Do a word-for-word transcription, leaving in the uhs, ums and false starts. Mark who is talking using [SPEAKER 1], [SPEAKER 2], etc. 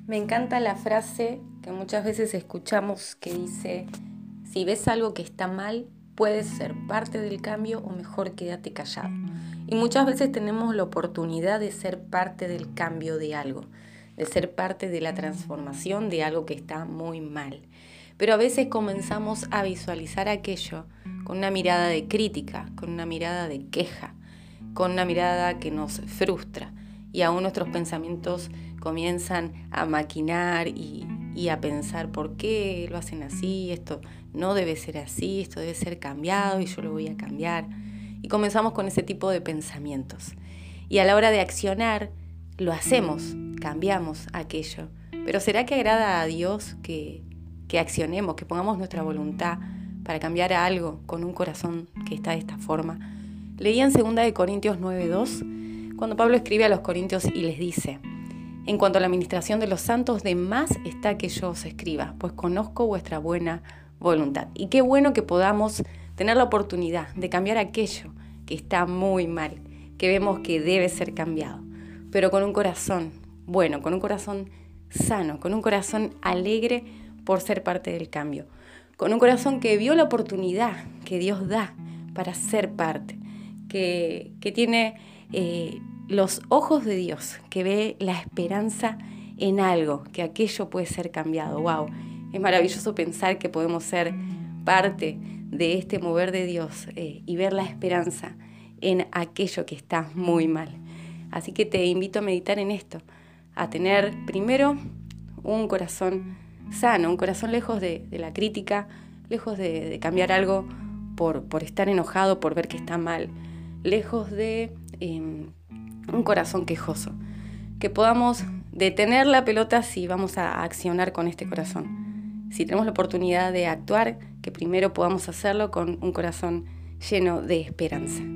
[SPEAKER 1] Me encanta la frase que muchas veces escuchamos que dice: si ves algo que está mal, puedes ser parte del cambio o mejor quédate callado. Y muchas veces tenemos la oportunidad de ser parte del cambio de algo, de ser parte de la transformación de algo que está muy mal. Pero a veces comenzamos a visualizar aquello con una mirada de crítica, con una mirada de queja, con una mirada que nos frustra. Y aún nuestros pensamientos comienzan a maquinar y, y a pensar por qué lo hacen así, esto no debe ser así, esto debe ser cambiado y yo lo voy a cambiar. Y comenzamos con ese tipo de pensamientos. Y a la hora de accionar, lo hacemos, cambiamos aquello. Pero ¿será que agrada a Dios que, que accionemos, que pongamos nuestra voluntad para cambiar algo con un corazón que está de esta forma? Leí en segunda de Corintios nueve dos, cuando Pablo escribe a los corintios y les dice: en cuanto a la administración de los santos, de más está que yo os escriba, pues conozco vuestra buena voluntad. Y qué bueno que podamos tener la oportunidad de cambiar aquello que está muy mal, que vemos que debe ser cambiado, pero con un corazón bueno, con un corazón sano, con un corazón alegre por ser parte del cambio, con un corazón que vio la oportunidad que Dios da para ser parte, que, que tiene eh, los ojos de Dios, que ve la esperanza en algo, que aquello puede ser cambiado. ¡Wow! Es maravilloso pensar que podemos ser parte de este mover de Dios eh, y ver la esperanza en aquello que está muy mal. Así que te invito a meditar en esto, a tener primero un corazón sano, un corazón lejos de, de la crítica, lejos de, de cambiar algo por, por estar enojado, por ver que está mal, lejos de eh, un corazón quejoso, que podamos detener la pelota si vamos a accionar con este corazón. Si tenemos la oportunidad de actuar, que primero podamos hacerlo con un corazón lleno de esperanza.